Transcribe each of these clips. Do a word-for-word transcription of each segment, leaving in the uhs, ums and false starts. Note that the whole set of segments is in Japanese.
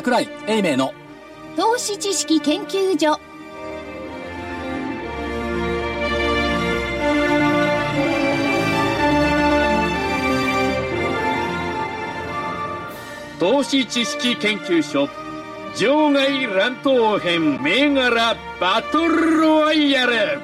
櫻井英明の投資知識研究所。 投資知識研究所場外乱闘編銘柄バトルロワイヤル。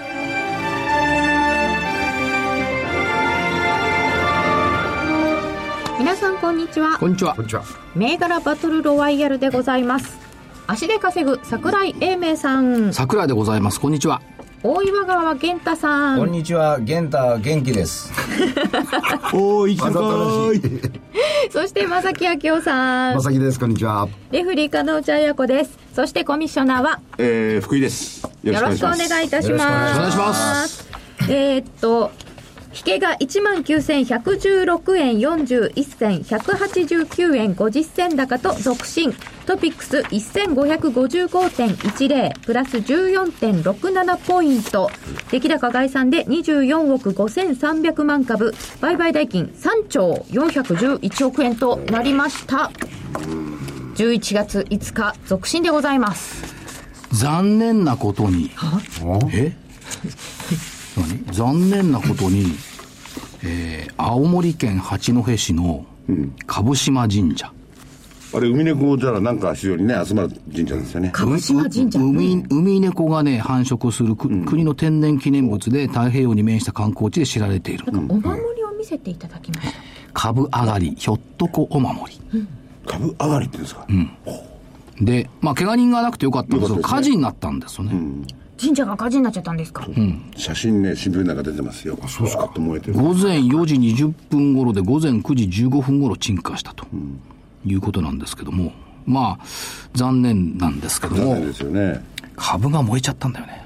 皆さんこんにちは。 こんにちは。 銘柄バトルロワイヤルでございます。足で稼ぐ櫻井英明さん。 櫻井でございます。こんにちは。 大岩川源太さん。 こんにちは。源太元気です。 おーい、高い。 そして正木明夫さん。 正木です。こんにちは。 レフリー加納内彩子です。そしてコミッショナーは、 えー、福井です。 よろしくお願いいたします。 お願いします。 えー、っと引けが いちまんきゅうせんひゃくじゅうろくえんよんじゅういっせん、ひゃくはちじゅうきゅうえんごじゅっ銭高と続伸。トピックス せんごひゃくごじゅうごてんいちゼロ プラス じゅうよんてんろくなな ポイント。出来高概算でにじゅうよんおくごせんさんびゃくまん株、売買代金さんちょうよんひゃくじゅういちおくえんとなりました。じゅういちがついつか続伸でございます。 残念なことに、え何残念なことに、えー、青森県八戸市の蕪島神社、 あれ海猫じゃらなんか非常にね集まる神社ですよね。 蕪島神社、 海, 海猫がね繁殖する、うん、国の天然記念物で太平洋に面した観光地で知られている。 なんかお守りを見せていただきました。 株上がりひょっとこお守り、うん、 株上がりって言うんですか。 うん、でまあ怪我人がなくてよかったんですけど、ね、火事になったんですよね。うん、 神社が火事になっちゃったんですか。 うん、 写真ね新聞なんか出てますよ。そうですかと燃えてる。 午前よじにじゅっぷん頃で午前くじじゅうごふん頃鎮火したと、うん、いうことなんですけども、まあ残念なんですけども、 残念ですよね。 株が燃えちゃったんだよね。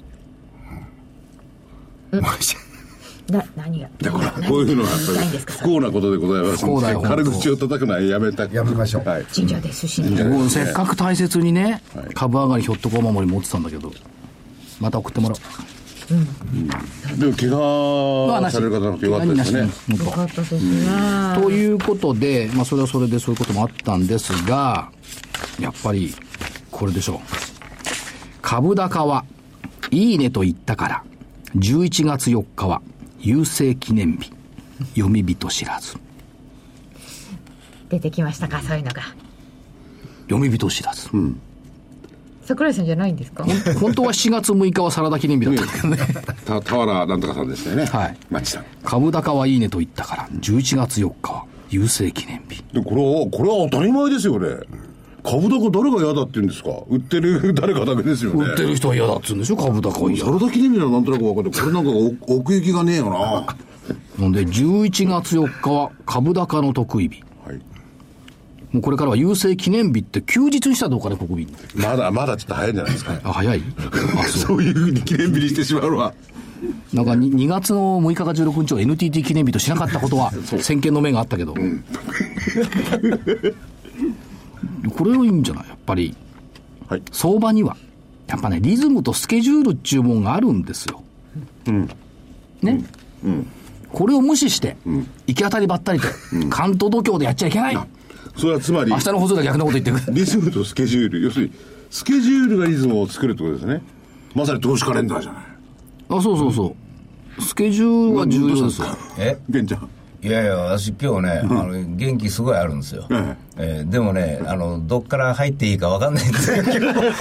うん、燃えちゃうな何がだからこういうのは不幸なことでございますので、軽口を叩くのはやめたやめましょう。はい、 神社ですしね。 もうせっかく大切にね、はい、株上がりひょっとこお守り持ってたんだけど、また送ってもらおう。 うんうん、でも怪我される方なくてよかったですね。 よかったですね。 ということで、まあ、それはそれでそういうこともあったんですが、やっぱりこれでしょう。株高はいいねと言ったからじゅういちがつよっかは郵政記念日、読み人知らず。 出てきましたか、そういうのが。 読み人知らず、うん、 櫻井さんじゃないんですか。 本当はしちがつむいかはサラダ記念日だったんだけどね。 た田原なんとかさんでしたよね。 はい。 町さん。 株高はいいねと言ったからじゅういちがつよっかは郵政記念日。 でこれはこれは当たり前ですよね。株高誰が嫌だって言うんですか。売ってる誰かだけですよね。 売ってる人は嫌だって言うんでしょ。株高は嫌だ。 サラダ記念日はなんとなく分かる。これなんか奥行きがねえよな。 なんでじゅういちがつよっかは株高の得意日。はい。もうこれからは郵政記念日って休日にしたらどうかね、国民。 まだまだちょっと早いんじゃないですか。 あ、早い。 あ、そう。そういうふうに記念日にしてしまうのは。 なんか 2, にがつのむいかかじゅうろくにちを エヌティーティー 記念日としなかったことは先見の明があったけど、うん、これはいいんじゃない。やっぱり、はい、相場にはやっぱねリズムとスケジュールっていうもんがあるんですよ、うんね、うんうん、これを無視して、うん、行き当たりばったりと、うん、関東度胸でやっちゃいけない。 それはつまり明日の放送で逆のこと言ってくる。 リズムとスケジュール、要するにスケジュールがリズムを作るってことですね。まさに投資カレンダーじゃない。 あ、そうそうそう、スケジュールは重要ですよ。 え、 玄ちゃん。 いやいや、私今日ね、うん、あの元気すごいあるんですよ、えええー、でもね、あのどっから入っていいか分かんないんですよ。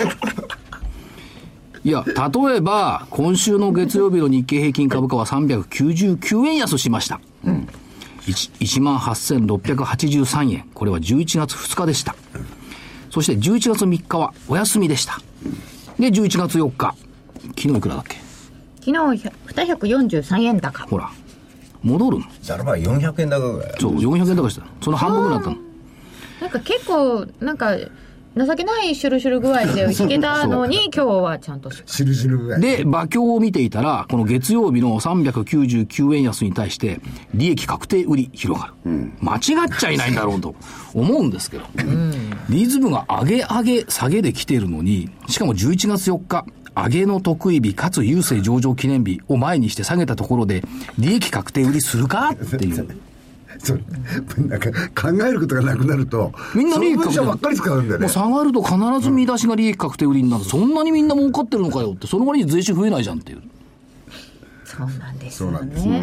いや、例えば今週の月曜日の日経平均株価はさんびゃくきゅうじゅうきゅうえん安しました、うん、いちまんはっせんろっぴゃくはちじゅうさんえん。これはじゅういちがつふつかでした。そしてじゅういちがつみっかはお休みでした。でじゅういちがつよっか、昨日いくらだっけ。 昨日にひゃくよんじゅうさんえん高。 ほら戻るの。 じゃあまあよんひゃくえん高ぐらい。 そうよんひゃくえん高した。その半分になったの。 なんか結構なんか情けないシュルシュル具合で引けたのに今日はちゃんとシュルシュル具合で馬況を見ていたら、この月曜日のさんびゃくきゅうじゅうきゅうえん安に対して利益確定売り広がる、うん、間違っちゃいないんだろうと思うんですけど、うん、リズムが上げ上げ下げで来ているのに、しかもじゅういちがつよっか上げの得意日かつ郵政上場記念日を前にして下げたところで利益確定売りするかっていうそれなんか考えることがなくなるとみんな利益確定その文章ばっかり使うんだよね。 もう下がると必ず見出しが利益確定売りになる、うん、そんなにみんな儲かってるのかよって、その割に税収増えないじゃんっていう。 そうなんですよね。 そうなんです。うん、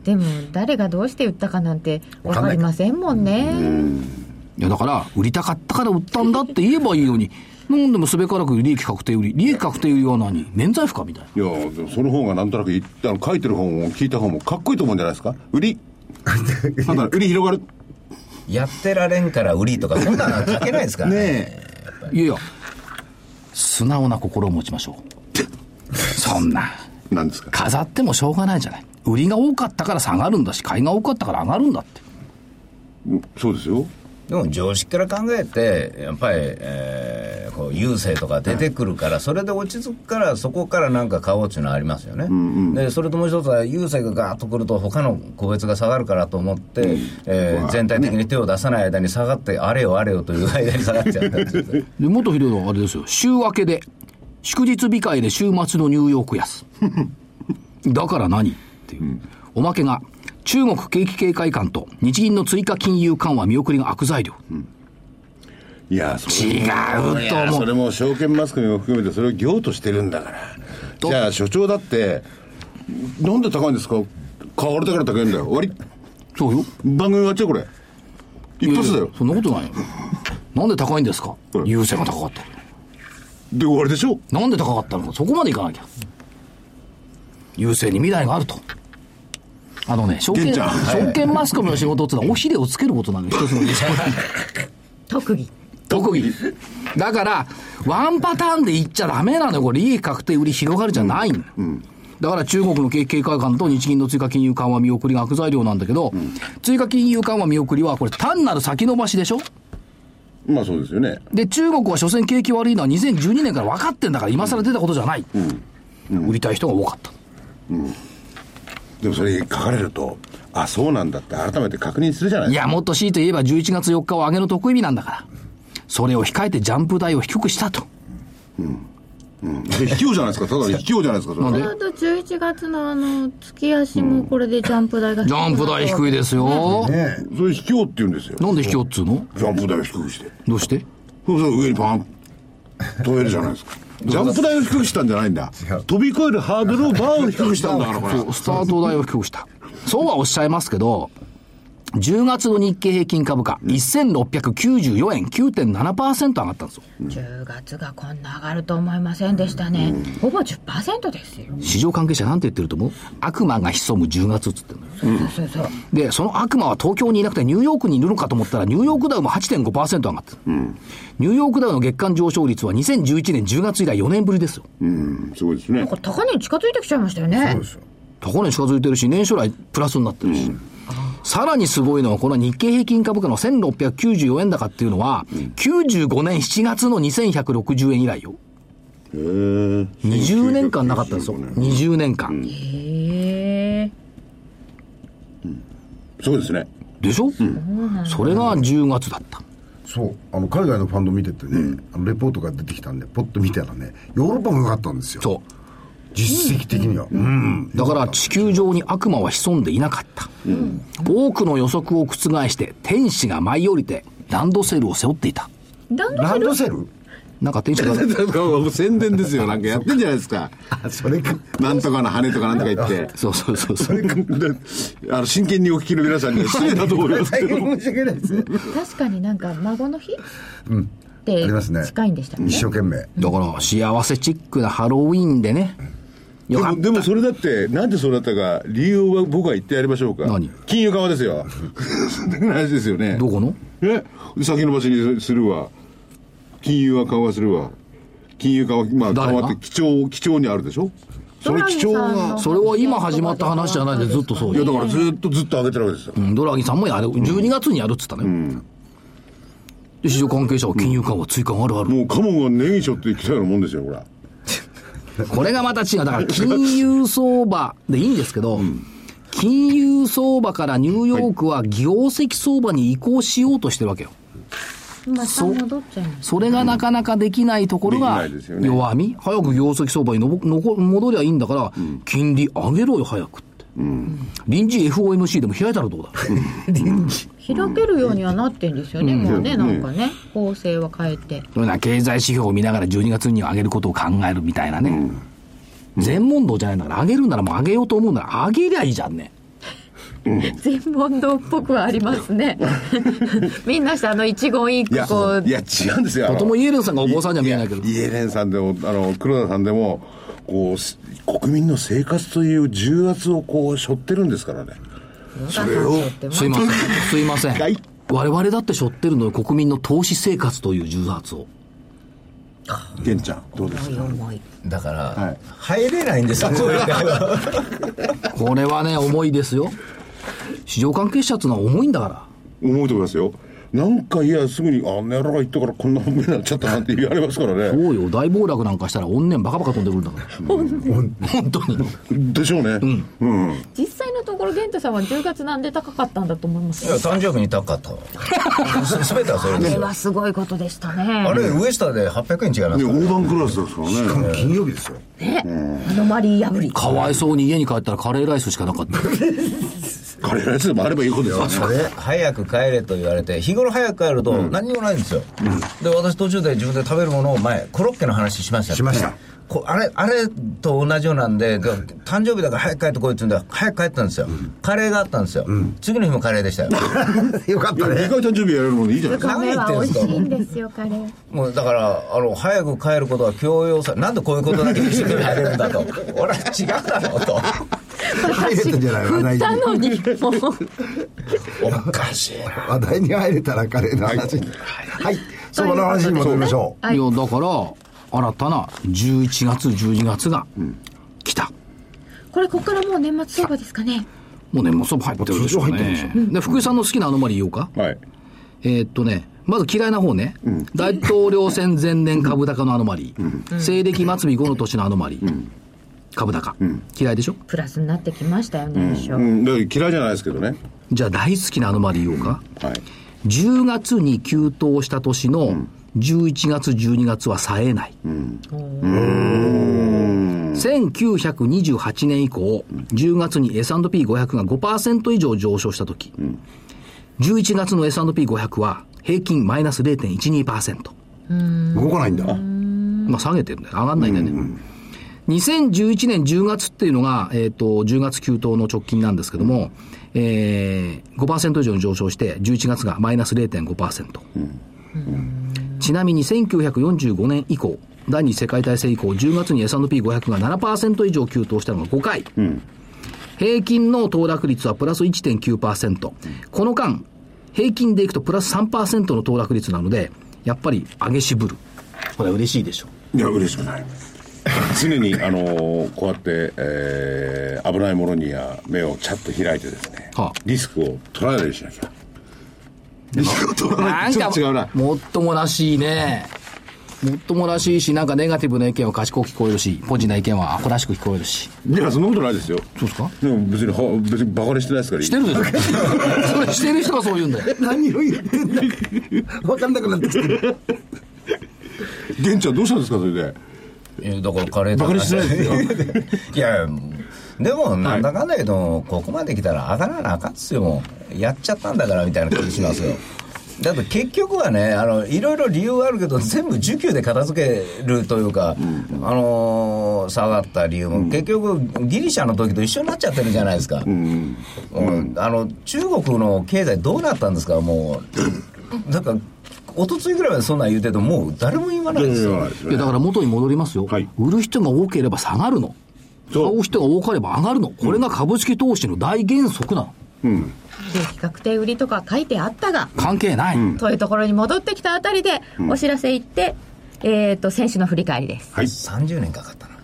でも誰がどうして売ったかなんて分かりませんもんね。うん、 いやだから売りたかったから売ったんだって言えばいいのに、なんでもすべからく利益確定売り、利益確定売りは何、免罪符かみたいな。 いやでもその方がなんとなく言ったの書いてる方も聞いた方もかっこいいと思うんじゃないですか。売りなんだ売り広がる、 やってられんから売りとかそんなの書けないですからね。ねえ、いやいや素直な心を持ちましょう。そんななんですか、 飾ってもしょうがないじゃない。売りが多かったから下がるんだし、買いが多かったから上がるんだって。 そうですよ。 でも常識から考えてやっぱり、えー、こう優勢とか出てくるから、それで落ち着くから、そこからなんか買おうっていうのはありますよね、うんうん、でそれともう一つは優勢がガーッとくると他の個別が下がるからと思って、うんえー、全体的に手を出さない間に下がって、あれよあれよという間に下がっちゃったりするでもっとひどいのはあれですよ、週明けで祝日控えで週末のニューヨーク安だから何っていう、うん、おまけが中国景気警戒感と日銀の追加金融緩和見送りが悪材料、うん、 いやそれ違うと思う。 それも証券マスコミも含めてそれを業としてるんだから。じゃあ所長だってなんで高いんですか、買われたから高いんだよ、終わり。 そうよ、 番組終わっちゃうこれ一発だよ。 そんなことないよなんで高いんですか、優勢が高かったで終わりでしょ。 なんで高かったのか、そこまでいかなきゃ。優勢に未来があると。あのね、証券、証券マスコミの仕事ってのは、尾ひれをつけることなんです、一つの特技。 特技。だから、ワンパターンでいっちゃダメなのよ、これ、利益確定売り広がるじゃないの、うんうん、だから中国の景気警戒感と日銀の追加金融緩和見送りが悪材料なんだけど、うん、追加金融緩和見送りは、これ、単なる先延ばしでしょ。 まあそうですよね。 で、中国は所詮景気悪いのはにせんじゅうにねんから分かってんだから、今更出たことじゃない。うんうん、売りたい人が多かった。うんでもそれ書かれると、あ、そうなんだって改めて確認するじゃないですか。 いや、もっと強いて言えばじゅういちがつよっかは上げの得意日なんだから、それを控えてジャンプ台を低くしたと。 うんうん、卑怯じゃないですか。ただ卑怯じゃないですか。 なんであとじゅういちがつのあの月足もこれでジャンプ台が低い、 ジャンプ台低いですよ、 ねね、それ卑怯って言うんですよ。 なんで卑怯っつうの。 ジャンプ台を低くして。 どうして。 そうそう、上にパン飛べるじゃないですか。ジャンプ台を低くしたんじゃないんだ。飛び越えるハードルをバーを低くしたんだから、これ。 そう、スタート台を低くした。そうはおっしゃいますけど、じゅうがつの日経平均株価、せんろっぴゃくきゅうじゅうよえん、きゅうてんななパーセント 上がったんですよ。 じゅうがつがこんな上がると思いませんでしたね。うん、ほぼ じゅっパーセント ですよ。 市場関係者なんて言ってると思う。悪魔が潜むじゅうがつっつってるのよ。そうそうそう。で、その悪魔は東京にいなくてニューヨークにいるのかと思ったら、ニューヨークダウも はちてんごパーセント 上がってる。うん、ニューヨークダウの月間上昇率はにせんじゅういちねんじゅうがつ以来よねんぶりですよ。 うん、すごいですね。 なんか高値に近づいてきちゃいましたよね。そうですよ。 高値に近づいてるし、年初来プラスになってるし。うん、さらにすごいのは、この日経平均株価のせんろっぴゃくきゅうじゅうよえん高っていうのは、うん、きゅうじゅうごねんしちがつのにせんひゃくろくじゅうえん以来よ。へー。にじゅうねんかんなかったんですよ。にじゅうねんかん。うん、へー、うん。そうですね。 でしょ、うん、それがじゅうがつだった。 そうあの海外のファンド見ててね、うん、あのレポートが出てきたんでポッと見たらね、ヨーロッパも良かったんですよ。 そう実績的には、うんうん、だから地球上に悪魔は潜んでいなかった、うん、多くの予測を覆して天使が舞い降りてランドセルを背負っていた。 ランドセル、ランドセルなんか天使が宣伝ですよ。なんかやってんじゃないですか。 あ、それかなんとかの羽とかなんとか言ってそうそうそうそう。 あの真剣にお聞きの皆さんには失礼だと思いますけど申し訳ないです確かになんか孫の日、 うんって近いんでしたね。 一生懸命だから幸せチックなハロウィーンでね。 でも、でもそれだってなんでそうだったか理由は僕は言ってやりましょうか。 何？ 金融緩和ですよ話ですよね。 どこの？ え先延ばしにするわ、金融は緩和するわ、金融緩和、まあ、緩和って基調基調にあるでしょ。それ基調がそれは今始まった話じゃないでずっとそう。 いやだからずっとずっと上げてるわけですよ、 うん、ドラギさんもやるじゅうにがつにやるっつったね、うん、で市場関係者は金融緩和追加あるある、 もうカモンがネギショって来たようなもんですよこれこれがまた違う。だから金融相場でいいんですけど、うん、金融相場からニューヨークは業績相場に移行しようとしてるわけよ。 まあ、そ, それがなかなかできないところが弱み、うんね、早く業績相場にのぼのこ戻りゃいいんだから、うん、金利上げろよ早くって、 うん、臨時 エフオーエムシー でも開いたらどうだ臨時開けるようにはなってんですよね、うん、もうね、なんかね、法制は変えて。 そういうな経済指標を見ながらじゅうにがつに上げることを考えるみたいなね、うん、全問答じゃないんだから上げるならもう上げようと思うなら上げりゃいいじゃんね。 全問答っぽくはありますねみんなしてあの一言一句こういや違うんですよ。 とてもイエレンさんがお坊さんじゃ見えないけど、 イエレンさんでもあの黒田さんでもこう国民の生活という重圧をこう背負ってるんですからね。 それをすいませんすいません、はい、我々だって背負ってるのよ、国民の投資生活という重圧を。 玄ちゃんどうですか。 だから、はい、入れないんですよこれはね重いですよ。市場関係者っていうのは重いんだから。 重いと思いますよ。なんかいやすぐにあんな野郎が言ったからこんな本命になっちゃったなんて言われますからね。 そうよ、大暴落なんかしたら怨念バカバカ飛んでくるんだから、うん、本当にでしょうね、うんうん、実際のところ玄太さんはじゅうがつなんで高かったんだと思います。 いや誕生日に高かった全てはそれですよ。 あれはすごいことでしたね。 あれ上下ではっぴゃくえん違いますから、ね、 大盤クラスですからね。 しかも金曜日ですよ、 ね、アノマリー破り。 かわいそうに家に帰ったらカレーライスしかなかったカレーライスでもあればいいことですよね。 早く帰れと言われて日頃早く帰ると何にもないんですよ、うん、で私途中で自分で食べるものを前コロッケの話しました、ね、 しましたこあれあれと同じようなんで誕生日だから早く帰ってこいって言うんで早く帰ったんですよ、うん、カレーがあったんですよ、うん、次の日もカレーでしたよよかったね。 にかい誕生日やれるのでいいじゃないですか。 カレーは美味しいんですよカレー。 もうだからあの早く帰ることは強要さなんでこういうことだけ一生懸命入れるんだと俺は違うだろうと入れたんじゃない振ったのにもうおかしい話題に入れたらカレーの話にはい、その話に戻りましょう、 はい、いやだから新たなじゅういちがつじゅうにがつが来た、うん、 これここからもう年末相場ですかね。 もう年末相場入ってるでしょうね、うん、で福井さんの好きなアノマリー言おうか、はい、えー、っとねまず嫌いな方ね、うん、大統領選前年株高のアノマリー、うん、西暦末尾後の年のアノマリー、うん、株高、うん、嫌いでしょ。 プラスになってきましたよね、 うんうん、だから嫌いじゃないですけどね。 じゃあ大好きなアノマリー言おうか、はい、じゅうがつに急騰した年のじゅういちがつじゅうにがつは冴えない、うん、うんせんきゅうひゃくにじゅうはちねん以降じゅうがつに エスアンドピーごひゃく が ごパーセント 以上上昇した時、うん、じゅういちがつの エスアンドピーごひゃく は平均マイナス れいてんいちにパーセント。 動かないんだ。 まあ下げてるんだよ、上がんないんだよね。にせんじゅういちねんじゅうがつっていうのが、えっと、じゅうがつ急騰の直近なんですけども、えー、ごパーセント 以上に上昇して、じゅういちがつがマイナス れいてんごパーセント。うん、ちなみにせんきゅうひゃくよんじゅうごねん以降、第二次世界大戦以降、じゅうがつに エスアンドピーごひゃく が ななパーセント 以上急騰したのがごかい。うん、平均の騰落率はプラス いってんきゅうパーセント。この間、平均でいくとプラス さんパーセント の騰落率なので、やっぱり上げ渋る。これは嬉しいでしょう。 いや、嬉しくない。常に、あのー、こうやって、えー、危ないものには目をちゃっと開いてですね、はあ、リスクを取らないようにしなきゃ。リスクを取らないとちょっと違うな。 もっともらしいね。もっともらしいし、なんかネガティブな意見は賢く聞こえるし、ポジな意見はアホらしく聞こえるし。 いや、そんなことないですよ。 そうですか？ でも別に、別にバカにしてないですから。 してるでしょ。それしてる人がそう言うんだよ。 何を言ってんだ分かんなくなってきてる。 玄ちゃんどうしたんですか、それで。 いやだからカレーバカにしてないですよ。 いや、でもなんだかんだけど、はい、ここまで来たら上がらなあかんっすよ。もうやっちゃったんだからみたいな感じしますよ。だって結局はね、あのいろいろ理由はあるけど全部需給で片付けるというか、うん、あのー、下がった理由も、うん、結局ギリシャの時と一緒になっちゃってるじゃないですか、うんうん、あの中国の経済どうなったんですか。もうだからおとついぐらいまでそんなん言うててもう誰も言わないですよ。 いやだから元に戻りますよ、はい、売る人が多ければ下がるの、買う人が多ければ上がるの、これが株式投資の大原則なの、うん、 で比較的売りとか書いてあったが関係ない、うん、 というところに戻ってきたあたりでお知らせいって、うん、えーと先週の振り返りです、 はい、さんじゅうねんかかったな。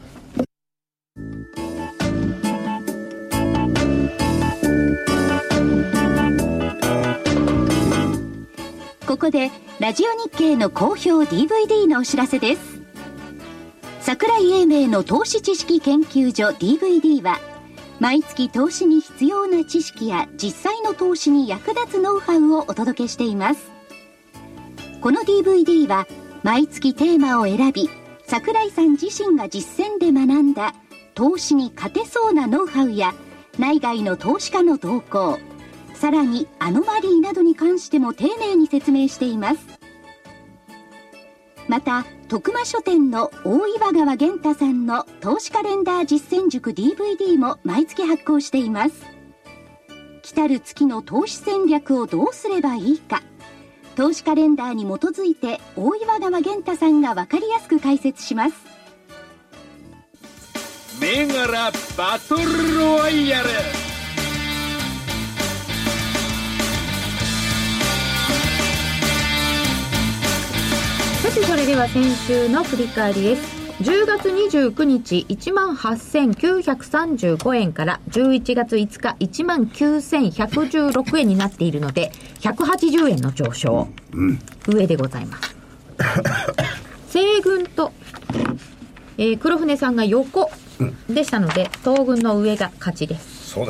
ここでラジオ日経の好評 ディーブイディー のお知らせです。桜井英明の投資知識研究所 ディーブイディー は毎月投資に必要な知識や実際の投資に役立つノウハウをお届けしています。この ディーブイディー は毎月テーマを選び、桜井さん自身が実践で学んだ投資に勝てそうなノウハウや内外の投資家の動向、さらにアノマリーなどに関しても丁寧に説明しています。また徳間書店の大岩川源太さんの投資カレンダー実践塾 ディーブイディー も毎月発行しています。来たる月の投資戦略をどうすればいいか、投資カレンダーに基づいて大岩川源太さんが分かりやすく解説します。 銘柄バトルロワイヤル。 さてそれでは先週の振り返りです。じゅうがつにじゅうくにち いちまんはっせんきゅうひゃくさんじゅうごえんからじゅういちがついつか いちまんきゅうせんひゃくじゅうろくえんになっているのでひゃくはちじゅうえんの上昇、うん、上でございます西軍と、えー、黒船さんが横でしたので、東軍の上が勝ちです。 そうです。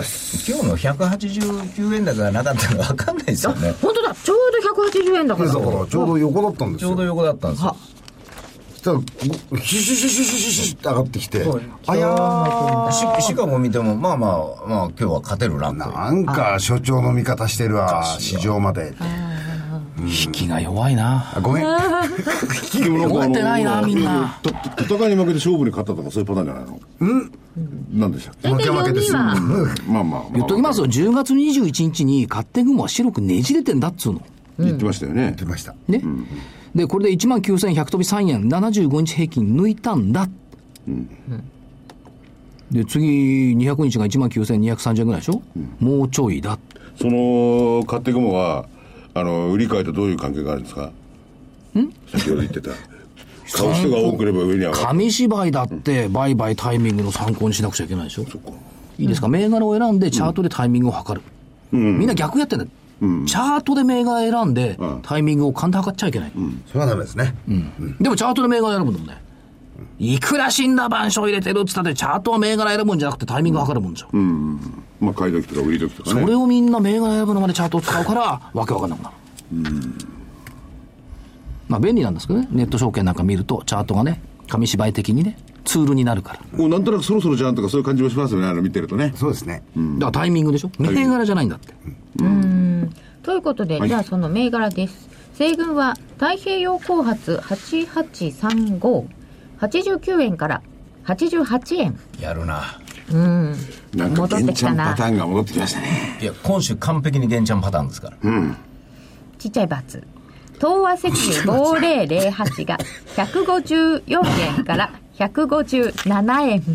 今日のひゃくはちじゅうきゅうえん高がなかったのが分かんないですよね。 本当だ、ちょうどひゃくはちじゅうえんだから。 だからちょうど横だったんですよ。 ちょうど横だったんですよ。 したらシュシュシュシュシュシュシュって上がってきて、 あやー し, しかも見てもまあまあまあ今日は勝てるな。 なんか所長の味方してるわ、市場まで。 引きが弱いな。 ごめん。 引き弱ってないな、みんな。 戦いに負けて勝負に勝ったとかそういうパターンじゃないの？うんなんでしたっけ？ 負け負けです。まあまあ、まあ、 言っときますよ。じゅうがつにじゅういちにちに勝手雲は白くねじれてんだっつうの。 言ってましたよね。 言ってました。 ね。うん、で、これで いちまんきゅうせんひゃく飛びさんえん、ななじゅうごにち平均抜いたんだ。うん、で、次、にひゃくにちが いちまんきゅうせんにひゃくさんじゅうえんぐらいでしょ、うん、もうちょいだ。 その、勝手雲は、あの、売り買いとどういう関係があるんですか？ん先ほど言ってた。買う人が多ければ上に上がる。 紙芝居だって、売買タイミングの参考にしなくちゃいけないでしょ。そっか。いいですか、銘柄を選んで、チャートでタイミングを測る。うん、みんな逆やってんだ。うん、チャートで銘柄選んで、うん、タイミングを勘で測っちゃいけない、うん、 それはダメですね、 うんうん、でもチャートで銘柄選ぶんだもんね、うん、いくら死んだ板書入れてるっつったってチャートは銘柄選ぶんじゃなくてタイミングを測るもんでしょ、うんうん、 まあ買い時とか売り時とかね。 それをみんな銘柄選ぶのまでチャートを使うからわけわかんなくなる、うん、まあ便利なんですけどね。ネット証券なんか見るとチャートがね紙芝居的にねツールになるから、 もうなんとなくそろそろじゃんとかそういう感じもしますよね、あの見てるとね。 そうですね、 うん、だからタイミングでしょ、銘柄じゃないんだって、 うん、うんということで、はい、じゃあその銘柄です。西軍は太平洋後発はちはちさんご、はちじゅうきゅうえんからはちじゅうはちえん。 やるな。 うん。 なんか玄ちゃんパターンが戻ってきましたね。 いや今週完璧に玄ちゃんパターンですから。うん。 ちっちゃいバツ。東和石油ごせんはちがひゃくごじゅうよんえんからひゃくごじゅうななえん。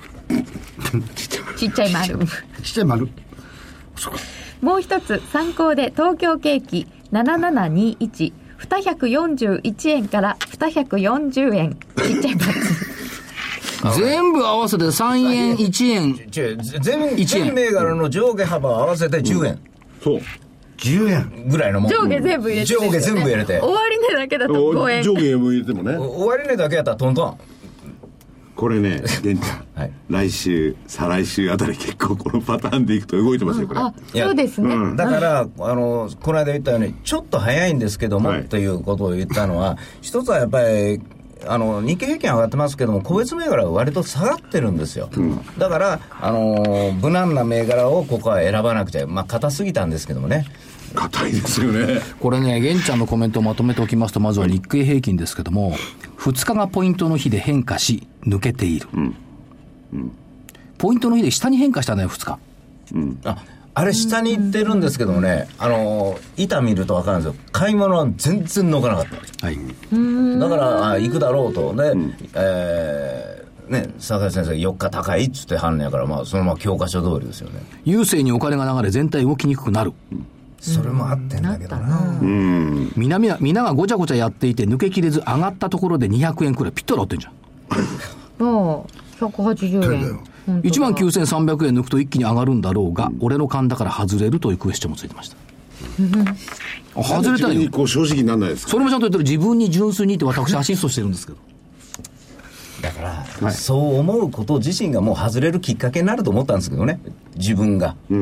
ちっちゃい丸。 ちっちゃい丸。 もう一つ参考で東京景気ななななにいち、にひゃくよんじゅういちえんからにひゃくよんじゅうえん。ちっちゃいバツ。 全部合わせてさんえん、いちえん。 全全銘柄の上下幅合わせてじゅうえん。うん、 そう。 じゅうえんぐらいのもん。 上下全部入れて、ね。 上下全部入れて。 終値だけだとごえん。 上下も入れてもね。 終値だけやったらトントン。 これね、玄ちゃん、はい、来週、再来週あたり結構このパターンでいくと動いてますよ、これ。 あ、そうですね。 うん、だから、あの、この間言ったように、ちょっと早いんですけども、はい、ということを言ったのは、一つはやっぱり、あの日経平均上がってますけども個別銘柄は割と下がってるんですよ、うん、だからあの無難な銘柄をここは選ばなくちゃ、まあ硬すぎたんですけどもね。 硬いですよね。 これね、玄ちゃんのコメントをまとめておきますと、まずは日経平均ですけども、はい、ふつかがポイントの日で変化し抜けている、うんうん、ポイントの日で下に変化したねふつか、 うん、ああれ下に行ってるんですけどもね、あの板見ると分かるんですよ。買い物は全然乗かなかった、はい、だからあ行くだろうとね、うん、えー、ね坂井先生よっか高いっつってはんねやから、まあ、そのまま教科書通りですよね。 郵政にお金が流れ全体動きにくくなる、うん、 それもあってんだけどな、 うん、みなみなみんながごちゃごちゃやっていて抜けきれず上がったところでにひゃくえんくらいピッタリ合ってんじゃん。 もうひゃくはちじゅうえんいちまんきゅうせんさんびゃくえん抜くと一気に上がるんだろうが、うん、俺の勘だから外れるというクエスチョンもついてました。あ、外れたらよ。 こう正直にならないですか。 それもちゃんと言ってる。自分に純粋にって私アシストしてるんですけど。 だから、はい、そう思うこと自身がもう外れるきっかけになると思ったんですけどね、自分が、うん、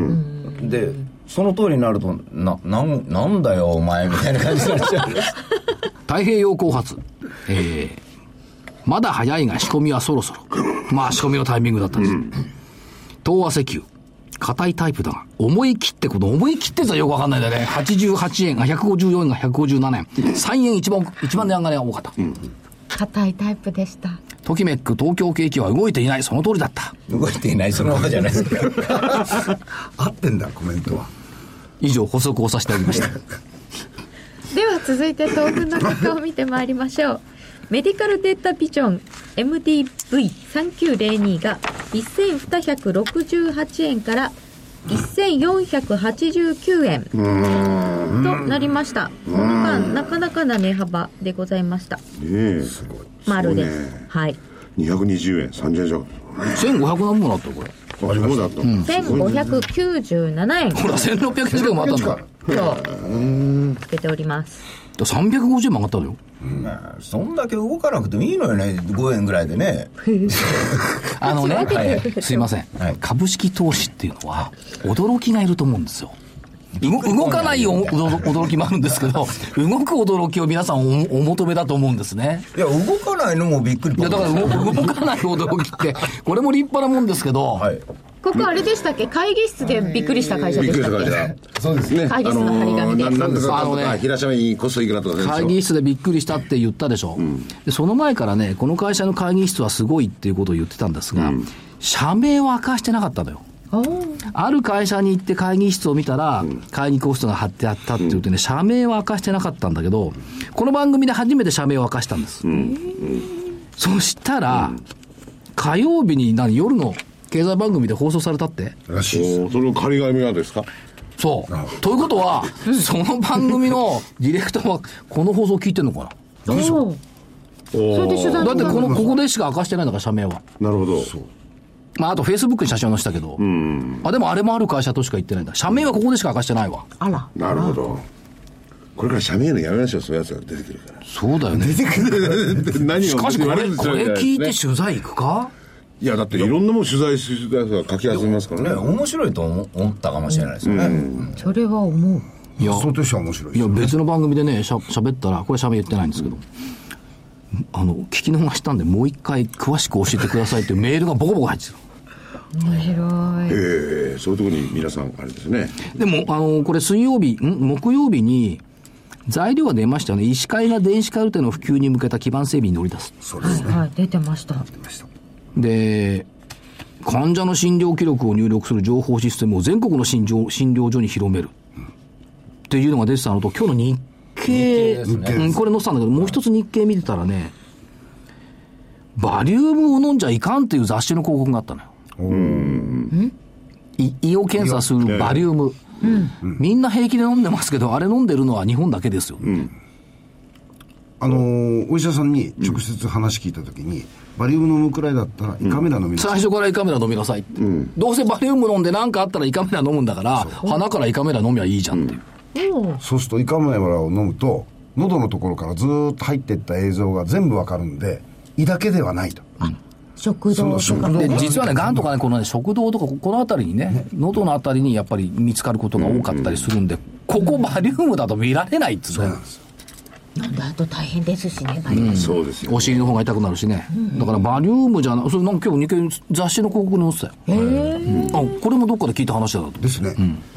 でその通りになると な, な, なんだよお前みたいな感じになっちゃうんです太平洋後発、えーまだ早いが仕込みはそろそろ。まあ仕込みのタイミングだったんです、うん、東和石油硬いタイプだな。思い切って、この思い切ってさよくわかんないんだよね。はちじゅうはちえんがひゃくごじゅうよえんがひゃくごじゅうななえん。さんえん一番、一番値上がりが多かった。 硬いタイプでした。 トキメック東京景気は動いていない。その通りだった。 動いていない、そのままじゃないですか。 合ってんだ、コメントは。 以上、補足をさせておきました。 では続いて東軍の結果を見てまいりましょう。メディカルデータビジョン エムディーブイさんきゅうゼロに がせんにひゃくろくじゅうはちえんからせんよんひゃくはちじゅうきゅうえんとなりました。この間なかなかな値幅でございました。ねえ、すごい。 丸です。はい。 にひゃくにじゅうえん、さんじゅうえんじゃん。 せんごひゃく何本だったこれ。 あ、そうだった。うん、 せんごひゃくきゅうじゅうななえん。 ほら、せんろっぴゃくえん近くもあったんだ。 そうつけております。 さんびゃくごじゅうえんも上がったのよ。 まあ、そんだけ動かなくてもいいのよね、ごえんぐらいでね。 あのね、 はい、 すいません、はい、株式投資っていうのは驚きがいると思うんですよ。動かない驚きもあるんですけど、動く驚きを皆さん お, お求めだと思うんですね。 いや、動かないのもびっくり。 いや、だから動, 動かない驚きってこれも立派なもんですけど、はい、 ここあれでしたっけ、会議室でびっくりした会社でしたっけ。 そうですね。 会議室の張り紙で、あのー、 なんですか、あのね、平社員コストいくらとか会議室でびっくりしたって言ったでしょ、うん、でその前からね、この会社の会議室はすごいっていうことを言ってたんですが、うん、社名は明かしてなかったのよ。ある会社に行って会議室を見たら、うん、会議コストが貼ってあったって言ってね、社名は明かしてなかったんだけど、この番組で初めて社名を明かしたんです、うんうん、そしたら、うん、火曜日に何夜の経済番組で放送されたってらしいです。 それの仮紙がですか。 そうということは、その番組のディレクターはこの放送聞いてんのかな。でしょ。それで取材だってこのここでしか明かしてないんだから、社名は。 なるほど。 そう、まあ、あとフェイスブックに写真を載せたけど、うん、あでもあれもある会社としか言ってないんだ。社名はここでしか明かしてないわ。 あら、 なるほど。これから社名のやめましょう、そういうやつが出てくるから。 そうだよね。 出てくる何をしかしこれ、これ聞いて取材行くか。 いや、だっていろんなもん取材するやつが書き集めますからね。 面白いと思ったかもしれないですよね、うん、 それは思う。 いや、 そうとしては面白いですよね。いや、別の番組でね、しゃ喋ったら、これ社名言ってないんですけど、あの聞き逃したんでもう一回詳しく教えてくださいっていうメールがボコボコ入ってる。 面白い。 えー、そういうところに皆さんあれですね。 でもあのこれ水曜日ん木曜日に材料が出ましたよね。医師会が電子カルテの普及に向けた基盤整備に乗り出す。 そうですね、 はいはい、出てました。 出ました。 で、患者の診療記録を入力する情報システムを全国の診療、診療所に広める、うん、っていうのが出てたのと、今日の日経、日経、うん、これ載せたんだけど、もう一つ日経見てたらね、バリウムを飲んじゃいかんっていう雑誌の広告があったのよ。うん胃、胃を検査するバリウム、うん、みんな平気で飲んでますけど、あれ飲んでるのは日本だけですよ、うん、 あのー、お医者さんに直接話聞いたときに、うん、バリウム飲むくらいだったら胃カメラ飲みなさい、 最初から胃カメラ飲みなさいって、うん、どうせバリウム飲んで何かあったら胃カメラ飲むんだから、鼻から胃カメラ飲みはいいじゃんっていう、 うん、そうすると胃カメラを飲むと喉のところからずっと入っていった映像が全部わかるんで、胃だけではないと、うん、 食道とかで実はね、がんとかね、このね、食道とかこの辺りにね、ね、喉の辺りにやっぱり見つかることが多かったりするんで、うんうん、ここバリウムだと見られないっつうね。 なんだと大変ですしね、バリウム、うん、そうですよ、ね、お尻の方が痛くなるしね、うん、だからバリウムじゃない、それなんか今日日経雑誌の広告に載ってたよ。へー、うん、あ、これもどっかで聞いた話だとですね、 うん、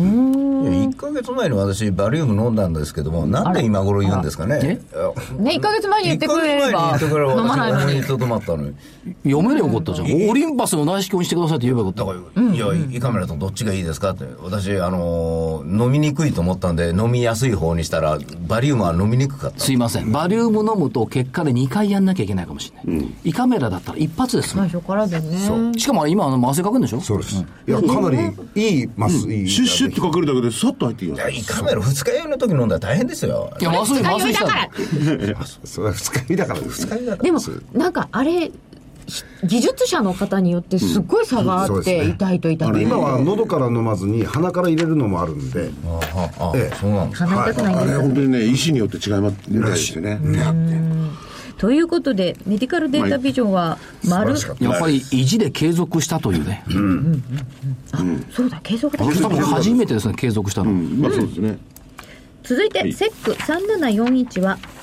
いやいっかげつまえに私バリウム飲んだんですけども、なんで今頃言うんですかね。 ね、いっかげつまえに言ってくれれば飲まないのに。 とどまったのに読めればよかったじゃん。オリンパスの内視鏡にしてくださいって言えばよかった。 だから、うん、いや、胃カメラとどっちがいいですかって、私あのー、飲みにくいと思ったんで飲みやすい方にしたら、バリウムは飲みにくかった。 すいません、バリウム飲むと結果でにかいやんなきゃいけないかもしれない、うん、胃カメラだったら一発ですもん、 最初からでね。 そうしかもあれ今麻酔かけるんでしょ。 そうです、うん、いやかなりいい麻酔、うん、 シュッシュッとかけるだけでさっと入っていきます。 いや、胃カメラ二日酔いの時飲んだら大変ですよ。 いや、麻酔麻酔したらそれは二日酔いだから二日酔いだから。 でもなんかあれ技術者の方によってすっごい差があって、うん、痛いと痛くない、 今は喉から飲まずに鼻から入れるのもあるんで、 ああ、ええ、そうなんです。 鼻痛くないんです、 はい、あれ本当にね、医師によって違いますみたいですよね。 ということでメディカルデータビジョンは丸、 やっぱり意地で継続したというね、うんうんうん、 あ、そうだ、継続だ。 多分初めてですね、継続したの、 うん、まあそうですね。 続いて、はい、セックさんななよんいち は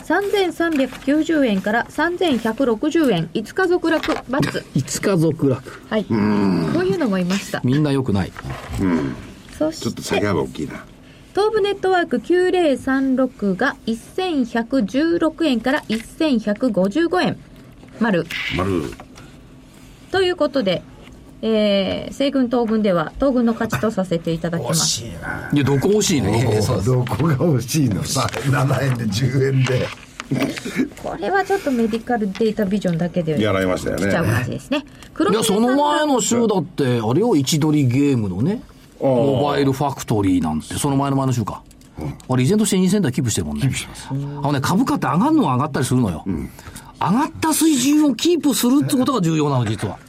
さんぜんさんびゃくきゅうじゅうえんからさんぜんひゃくろくじゅうえん、いつか続落× いつか続落、 はい、こういうのもいました。 みんな良くない。 うん、 そしてちょっと下げ幅大きいな。 東武ネットワークきゅうぜろさんろくがせんひゃくじゅうろくえんからせんひゃくごじゅうごえん丸丸ということで、えー、西軍東軍では東軍の勝ちとさせていただきます。 惜しいな。 いや、どこ惜しいね。 どこが惜しいのさ。ななえんでじゅうえんでこれはちょっとメディカルデータビジョンだけでやられましたよね。 来ちゃう感じですね。 いや、その前の週だってあれよ、位置取りゲームのね、モバイルファクトリーなんて、その前の前の週か、うん、あれ依然としてにせん台キープしてるもんね。キープしてます。あのね、株価って上がるのは上がったりするのよ、うん、上がった水準をキープするってことが重要なの、実は。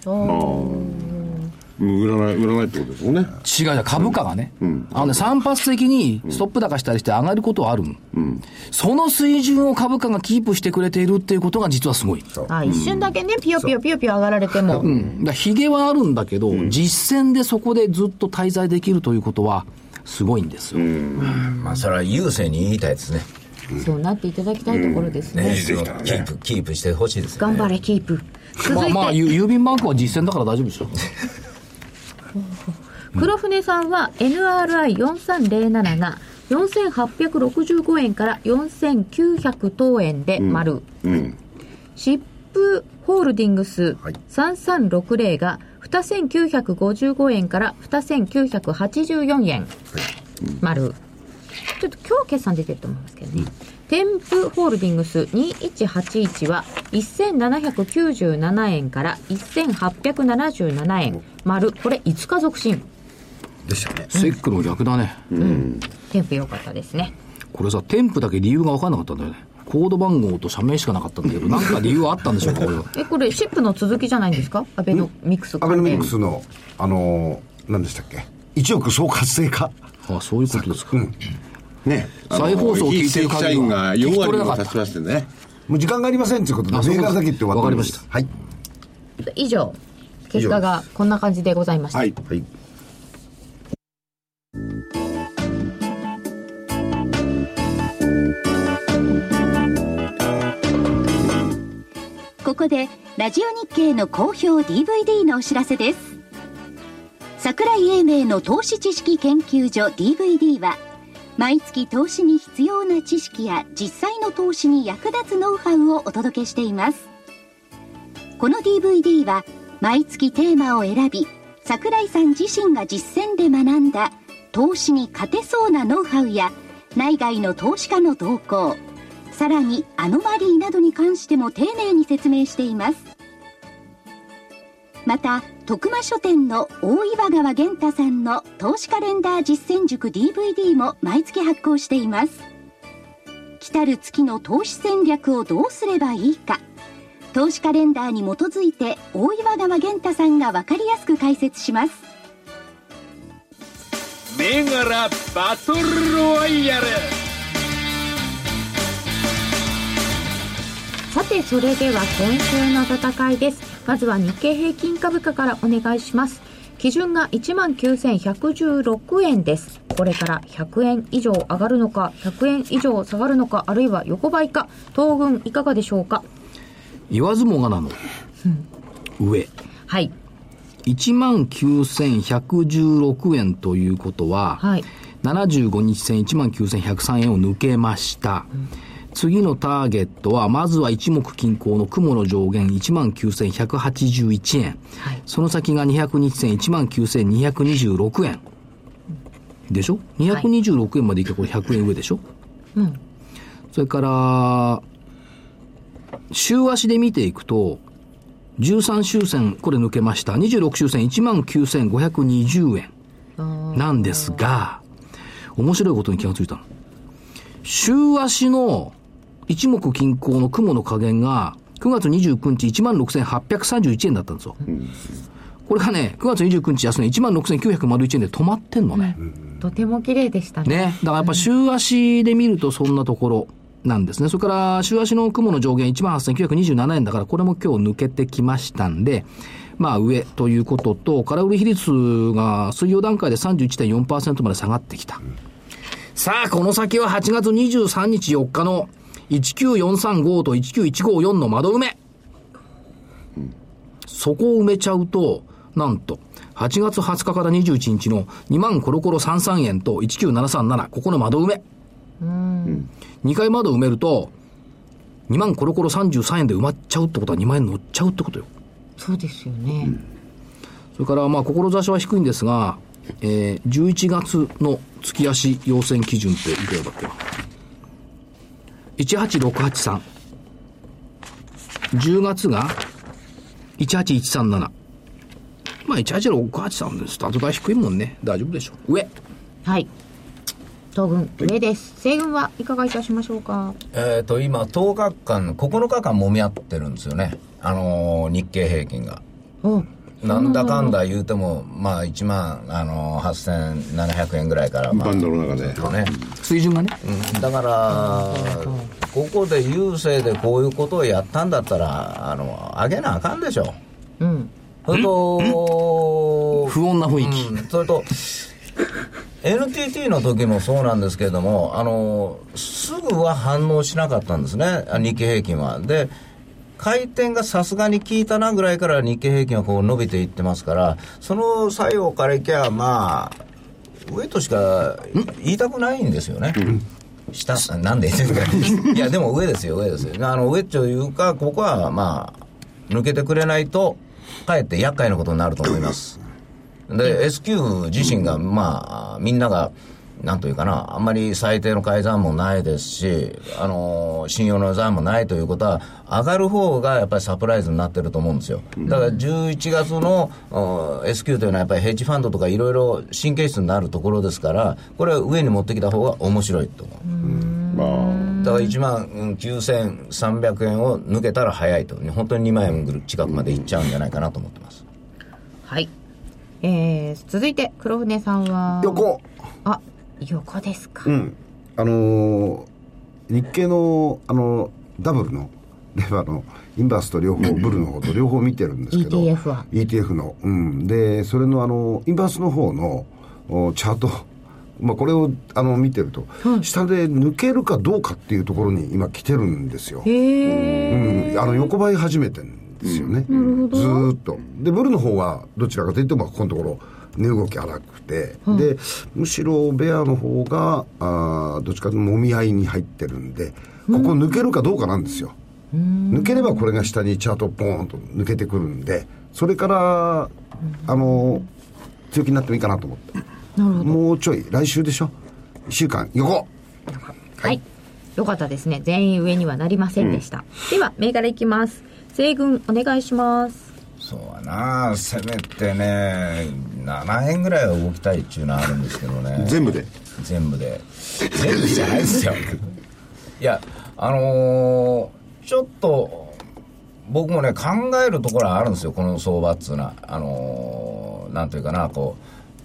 売らない、売らないってことですよね。 違うよ、株価がね、うん、あのね、散発的にストップ高したりして上がることはある、うん、その水準を株価がキープしてくれているっていうことが実はすごい。 あ、一瞬だけね、ピヨピヨピヨピヨ上がられても、 うん、だヒゲはあるんだけど、うん、実践でそこでずっと滞在できるということはすごいんですよ。うん、 まあそれは優勢に言いたいですね。 そうなっていただきたいところですね。うん、ね、 キープキープしてほしいですね。 頑張れキープ。 まあまあ郵便バンクは実践だから大丈夫ですよ。 黒船さんは エヌアールアイよんさんぜろなな がよんせんはっぴゃくろくじゅうごえんからよんせんきゅうひゃくとうえんで丸、うんうん、シップホールディングスさんさんろくぜろがにせんきゅうひゃくごじゅうごえんからにせんきゅうひゃくはちじゅうよんえん、はい、丸。ちょっと今日決算出てると思いますけどね、うん、テンプホールディングスにせんひゃくはちじゅういちはせんななひゃくきゅうじゅうななえんからせんはっぴゃくななじゅうななえん丸。これいつか続伸でしたね。 セックの逆だね、 うんうん、テンプ良かったですね。 これさ、テンプだけ理由が分かんなかったんだよね。コード番号と社名しかなかったんだけど、なんか理由はあったんでしょうか。これはえこれシップの続きじゃないんですか。アベノミクスアベノミクスのあのー、何でしたっけ、いちおく総活性化。 ああ、そういうことですか、うん、 ね、 再放送を聞いてる限りがよんわりも達しましてね。 もう時間がありませんということでメーカーだけって終わっております。 わかりました。 はい、以上結果がこんな感じでございました。 はい、はい。 ここでラジオ日経の好評 ディーブイディー のお知らせです。桜井英明の投資知識研究所 ディーブイディー は毎月投資に必要な知識や実際の投資に役立つノウハウをお届けしています。この ディーブイディー は毎月テーマを選び、桜井さん自身が実践で学んだ投資に勝てそうなノウハウや内外の投資家の動向、さらにアノマリーなどに関しても丁寧に説明しています。また徳間書店の大岩川源太さんの投資カレンダー実践塾 ディーブイディー も毎月発行しています。来たる月の投資戦略をどうすればいいか、投資カレンダーに基づいて大岩川源太さんが分かりやすく解説します。 銘柄バトルロワイヤル。 さて、それでは今週の戦いです。まずは日経平均株価からお願いします。基準が いちまんきゅうせんひゃくじゅうろくえんです。これからひゃくえん以上上がるのか、ひゃくえん以上下がるのか、あるいは横ばいか、東軍いかがでしょうか。 言わずもがなの、うん、上、 はい、 いちまんきゅうせんひゃくじゅうろくえんということは、はい、ななじゅうごにち線 いちまんきゅうせんひゃくさんえんを抜けました、うん、次のターゲットはまずは一目均衡の雲の上限 いちまんきゅうせんひゃくはちじゅういちえん、はい、その先がにひゃくにち線 いちまんきゅうせんにひゃくにじゅうろくえんでしょ。にひゃくにじゅうろくえんまでいけばこれひゃくえん上でしょ、うん、それから週足で見ていくとじゅうさん週線これ抜けました。にじゅうろく週線 いちまんきゅうせんごひゃくにじゅうえんなんですが、面白いことに気がついたの。週足の一目均衡の雲の加減がくがつにじゅうくにち いちまんろくせんはっぴゃくさんじゅういちえんだったんですよ、うん、これがねくがつにじゅうくにち安値 いちまんろくせんきゅうひゃくいちえんで止まってんのね、うん、 とても綺麗でした ね, ねだからやっぱ週足で見るとそんなところなんですね。それから週足の雲の上限 いちまんはっせんきゅうひゃくにじゅうななえんだから、これも今日抜けてきましたんで、まあ上ということと、空売り比率が水曜段階で さんじゅういってんよんパーセント まで下がってきた、うん、さあこの先ははちがつにじゅうさんにちよっかのいちきゅうよんさんごといちきゅういちごよんの窓埋め、うん、そこを埋めちゃうとなんとはちがつはつかからにじゅういちにちのにまんコロコロさんじゅうさんえんといちきゅうななさんなな、ここの窓埋め、うん、にかい窓埋めるとにまんコロコロさんじゅうさんえんで埋まっちゃうってことはにまんえん乗っちゃうってことよ。 そうですよね、うん、 それからまあ志は低いんですが、えー、じゅういちがつの月足要請基準っていくらだっけな、いちはちろくはちさん、じゅうがつがいちはちいちさんなな、まあいちはちろくはちさんでスタート台低いもんね、大丈夫でしょう。上、 はい、東軍上です。西軍はいかがいたしましょうか。 えっと今とおかかんここのかかん揉み合ってるんですよね、あのー、日経平均が。おなんだかんだ言うてもまあいちまん、あのー、はっせんななひゃくえんぐらいから、まあ、 バンドの中で、 ね、 水準がね、 うん、だからここで郵政でこういうことをやったんだったらあの上げなあかんでしょ。うん、それと不穏な雰囲気、 うん、それとエヌティーティー の時もそうなんですけれども、あのすぐは反応しなかったんですね、日経平均は。で回転がさすがに効いたなぐらいから日経平均はこう伸びていってますから、その作用からいけばまあ上としか言いたくないんですよね、うん、下なんで言ってるかいやでも上ですよ、上ですよ、あの上というかここはまあ抜けてくれないとかえって厄介なことになると思います。で エスキュー 自身がまあみんながなんというかな、あんまり最低の改ざんもないですし、あのー、信用の残もないということは上がる方がやっぱりサプライズになってると思うんですよ。だからじゅういちがつの エスキュー というのはやっぱりヘッジファンドとかいろいろ神経質になるところですから、これは上に持ってきた方が面白いと思う。うんだからいちまんきゅうせんさんびゃくえんを抜けたら早いと、本当ににまんえん近くまでいっちゃうんじゃないかなと思ってます。 はい、えー、続いて黒船さんは横。 あ、横ですか。 うん。あのー、日経のあのダブルのレバーのインバースと両方、ブルの方と両方見てるんですけどイーティーエフ はイーティーエフ の、うん、でそれのあのインバースの方のチャート、まあ、これをあの見てると、うん、下で抜けるかどうかっていうところに今来てるんですよ。へー、うん、あの横ばい始めてるんですよね、うん、ずーっと。でブルの方はどちらかというと、まあ、ここのところ値動き荒くて、うん、でむしろベアの方があどっちかというともみ合いに入ってるんで、ここ抜けるかどうかなんですよ。うん、抜ければこれが下にチャートポーンと抜けてくるんで、それからあの強気になってもいいかなと思って。なるほど。もうちょい来週でしょ、いっしゅうかん横。 はい、はい、よかったですね。全員上にはなりませんでした、うん、では銘柄いきます。西軍お願いします。 そうやな、せめてねななえんぐらいは動きたいっていうのはあるんですけどね。 全部で全部で全部じゃないですよいやあのー、ちょっと僕もね考えるところはあるんですよ、この相場っつうのは。あのー、なんというかな、こ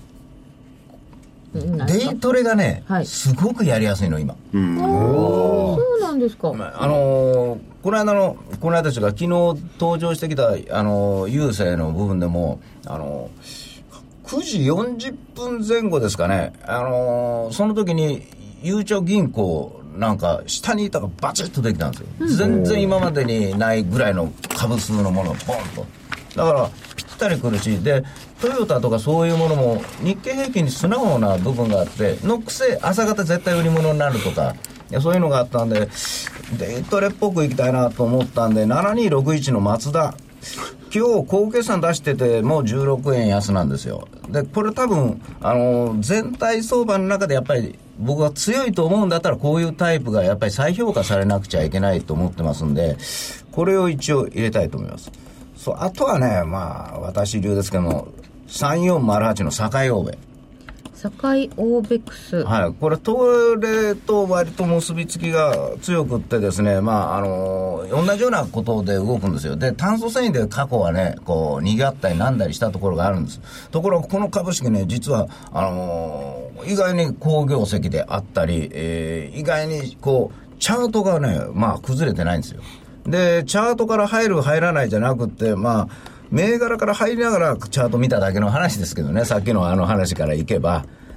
うデイトレがね、はい、すごくやりやすいの今。うん、 そうなんですか。 あのー、この間のこの間たちが昨日登場してきたあのー、郵政の部分でもあのー、くじよんじゅっぷんぜん後ですかね、あのー、その時にゆうちょ銀行なんか下にいたがバチッとできたんですよ、うん、全然今までにないぐらいの株数のものがボンと。だからぴったりくるし、でトヨタとかそういうものも日経平均に素直な部分があって、のくせ朝方絶対売り物になるとか、いやそういうのがあったんでデイトレっぽくいきたいなと思ったんで、ななにろくいちのマツダ今日高決算出しててもうじゅうろくえん安なんですよ。でこれ多分あの全体相場の中でやっぱり僕は強いと思うんだったら、こういうタイプがやっぱり再評価されなくちゃいけないと思ってますんで、これを一応入れたいと思います。そう、あとはね、まあ私流ですけどもさんよんまるはちの堺欧米、 堺オーベックス、 はい、これ東レと割と結びつきが強くってですね、まああの同じようなことで動くんですよ。で炭素繊維で過去はねこう逃げ合ったりなんだりしたところがあるんです。ところがこの株式ね、実はあの意外に好業績であったり、えー、意外にこうチャートがねまあ崩れてないんですよ。でチャートから入る入らないじゃなくって、まあ銘柄から入りながらチャート見ただけの話ですけどね、さっきのあの話からいけば。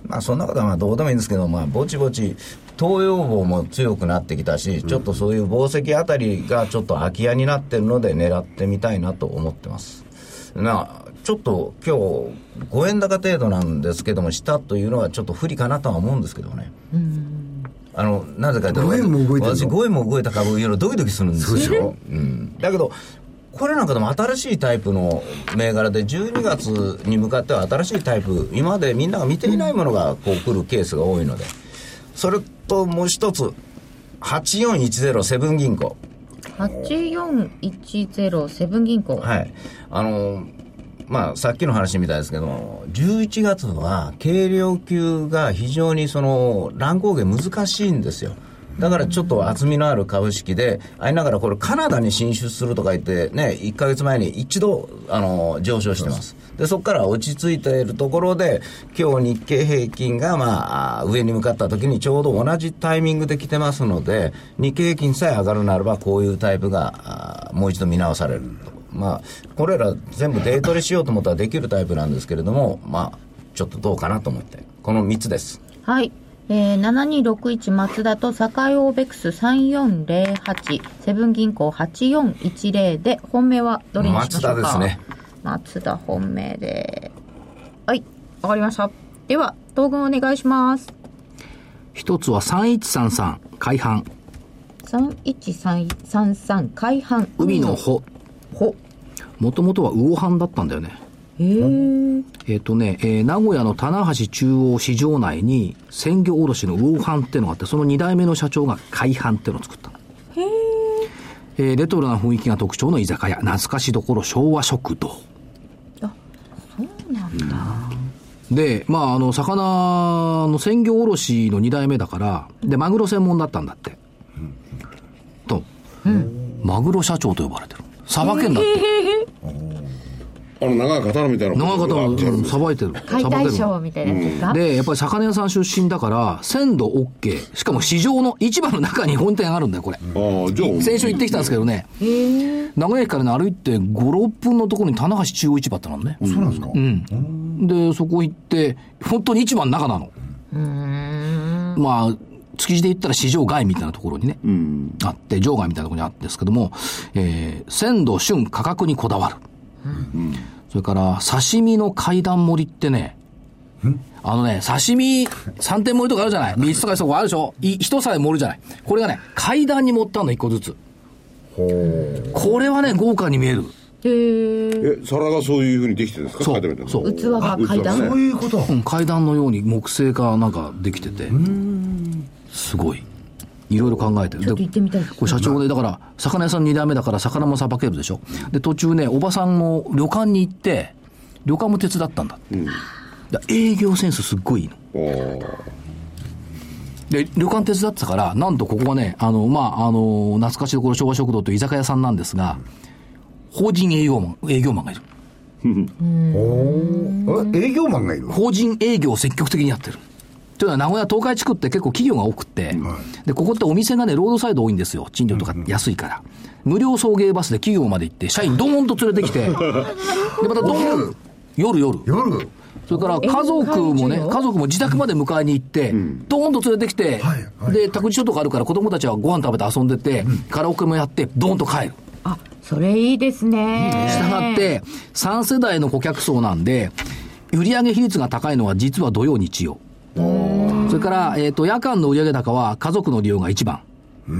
まあそんなことはまあどうでもいいんですけど、まあぼちぼち東洋棒も強くなってきたし、ちょっとそういう宝石あたりがちょっと空き家になってるので狙ってみたいなと思ってます。なちょっと今日ごえん高程度なんですけども、下というのはちょっと不利かなとは思うんですけどね。うんあのなぜかというとごえんも動いてるの、 私ごえんも動いた株いうのドキドキするんですよ。 そうでしょ、 うん、だけどこれなんかでも新しいタイプの銘柄でじゅうにがつに向かっては新しいタイプ、今までみんなが見ていないものがこう来るケースが多いので、それともう一つはちよんいちゼロセブン銀行、 はちよんいちゼロセブン銀行、 はいあのまあさっきの話みたいですけども、じゅういちがつは軽量級が非常にその乱高下難しいんですよ。だからちょっと厚みのある株式でありながら、これカナダに進出するとか言ってね、いっかげつまえに一度あの上昇してます。でそこから落ち着いているところで、今日日経平均がまあ上に向かった時にちょうど同じタイミングで来てますので、日経平均さえ上がるならばこういうタイプがもう一度見直されると。まあこれら全部デイトレしようと思ったらできるタイプなんですけれども、まあちょっとどうかなと思ってこのみっつです。 はい、えー、ななにろくいちマツダとサカイオーベックスさんよんゼロはち、セブン銀行はちよんいちゼロで、本命はどれにしましょうか。 マツダですね。 マツダ本命で、はい、わかりました。では東軍お願いします。 一つはさんいちさんさん海浜、 さんいちさんさん海浜、 海の穂、 穂もともとは魚販だったんだよね。 へーえっ、ー、とね、えー、名古屋の棚橋中央市場内に鮮魚卸の魚販っていうのがあって、そのに代目の社長が海販っていうのを作ったの。 へー、 えー、レトロな雰囲気が特徴の居酒屋、懐かしどころ昭和食堂。 あ、そうなんだ。 で、まあ、あの、魚の鮮魚卸のに代目だから、で、マグロ専門だったんだって。うん、と、うん、マグロ社長と呼ばれてる。さばけんだって。 あの長い刀みたいな長い刀さばいてる。 解体ショーみたいなやつですか。 で、やっぱり魚屋さん出身だから鮮度 OK。しかも市場の市場の中に本店あるんだよこれ。ああ、じゃあ先週行ってきたんですけどね。名古屋駅から、ね、歩いてご、ろっぷんのところに棚橋中央市場ってのあるね。 そうなんですか。 うん。でそこ行って本当に市場の中なの。うーん。まあ。築地で言ったら市場外みたいなところにね、うん、あって、場外みたいなところにあってですけども、えー、鮮度、旬、価格にこだわる。うん、それから、刺身の階段盛りってね、あのね、刺身さんてん盛りとかあるじゃない、みっつとかそこあるでしょ、一皿盛るじゃない。これがね、階段に盛ったのいっこずつ。ほー。これはね、豪華に見える。 へー。 え、皿がそういう風にできてるんですか。 そうそうそう器が階段、 そういうこと、 うん、階段のように木製かなんかできてて、うーん、すごいいろいろ考えてる。 ちょっと行ってみたいです。 これ社長ね、だから魚屋さんに代目だから魚もさばけるでしょ。で途中ね、おばさんの旅館に行って旅館も手伝ったんだ、うん、だ営業センスすっごいいいの。で旅館手伝ってたから、なんとここがね、あのまああの懐かしどころ昭和食堂という居酒屋さんなんですが、法人営業マン営業マンがいる。 お営業マンがいる。 法人営業を積極的にやってる。というのは名古屋東海地区って結構企業が多くて、はい、でここってお店がねロードサイド多いんですよ。賃料とか安いから、うん、無料送迎バスで企業まで行って社員ドーンと連れてきてでまたドーン夜夜夜それから家族もね、家族も自宅まで迎えに行って、うん、ドーンと連れてきて、はいはい、で託児所とかあるから子供たちはご飯食べて遊んでて、うん、カラオケもやってドーンと帰る。 あ、それいいですね。 したがってさん世代の顧客層なんで、売上比率が高いのは実は土曜日曜。それから、えーと、夜間の売上高は家族の利用が一番。うん、